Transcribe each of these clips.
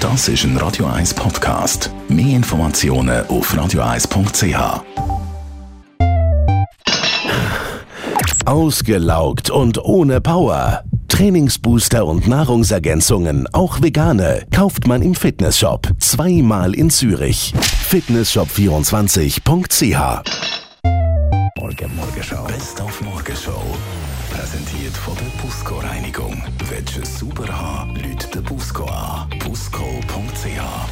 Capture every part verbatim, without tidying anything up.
Das ist ein Radio eins Podcast. Mehr Informationen auf radio eins punkt c h. Ausgelaugt und ohne Power. Trainingsbooster und Nahrungsergänzungen, auch vegane, kauft man im Fitnessshop. Zweimal in Zürich. fitnessshop vierundzwanzig punkt c h. Morgen, Morgenschau. Best auf Morgenshow. Präsentiert von der Busco Reinigung. Willst du es sauber haben, Leute den Busco an. busco punkt c h.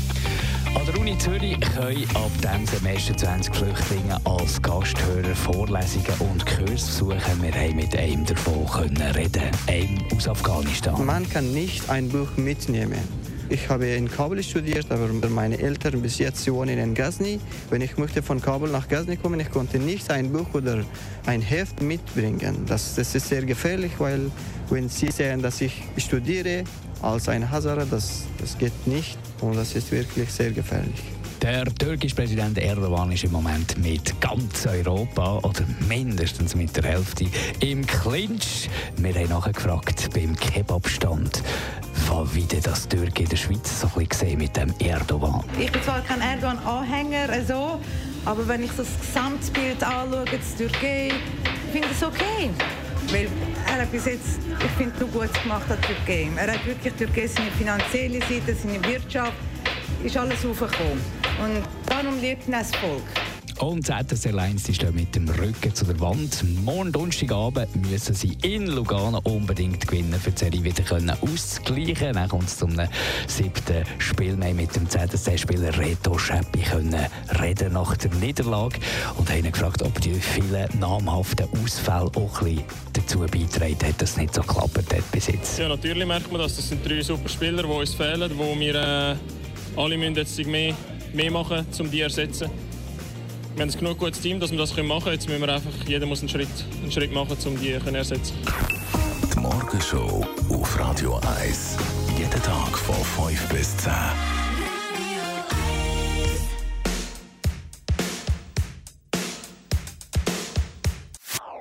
An der Uni Zürich können ab diesem Semester zwanzig Flüchtlinge als Gasthörer Vorlesungen und Kurse besuchen. Wir haben mit einem davon können reden, einem aus Afghanistan. Man kann nicht ein Buch mitnehmen. Ich habe in Kabul studiert, aber meine Eltern bis jetzt wohnen in Ghazni. Wenn ich möchte von Kabul nach Ghazni kommen, ich konnte nicht ein Buch oder ein Heft mitbringen. Das, das ist sehr gefährlich, weil wenn Sie sehen, dass ich studiere als ein Hazara, das, das geht nicht und das ist wirklich sehr gefährlich. Der türkische Präsident Erdogan ist im Moment mit ganz Europa oder mindestens mit der Hälfte im Clinch. Wir haben nachgefragt beim Kebabstand, wie denn das Türken in der Schweiz so ein bisschen sehen mit dem Erdogan. Ich bin zwar kein Erdogan-Anhänger, so, aber wenn ich das Gesamtbild anschaue, die Türkei, finde ich es okay. Weil er hat bis jetzt, ich finde, nur gut gemacht an der Türkei. Er hat wirklich Türkei seine finanzielle Seite, seine Wirtschaft, ist alles aufgekommen. Und darum liebt ihn das Volk. Und Z S Airlines stehen mit dem Rücken zu der Wand. Morgen Donnerstagabend müssen sie in Lugano unbedingt gewinnen, für die Serie wieder können auszugleichen. Dann kommt es zum siebten Spiel mehr mit dem Z S A-Spieler Reto Scheppi können reden nach der Niederlage und haben ihn gefragt, ob die vielen namhaften Ausfälle auch ein bisschen dazu beitragen hat, dass es nicht so geklappt hat bis jetzt. Ja, natürlich merkt man, dass das sind drei super Spieler, die uns fehlen, wo wir äh, alle müssen jetzt mehr, mehr machen, um die zu ersetzen. Wir haben ein genug gutes Team, dass wir das machen können. Jetzt müssen wir einfach, jeder muss einen Schritt, einen Schritt machen, um die zu ersetzen. Die Morgenshow auf Radio eins. Jeden Tag von fünf bis zehn.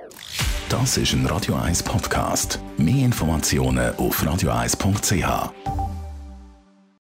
Das ist ein Radio eins Podcast. Mehr Informationen auf radio eins punkt c h.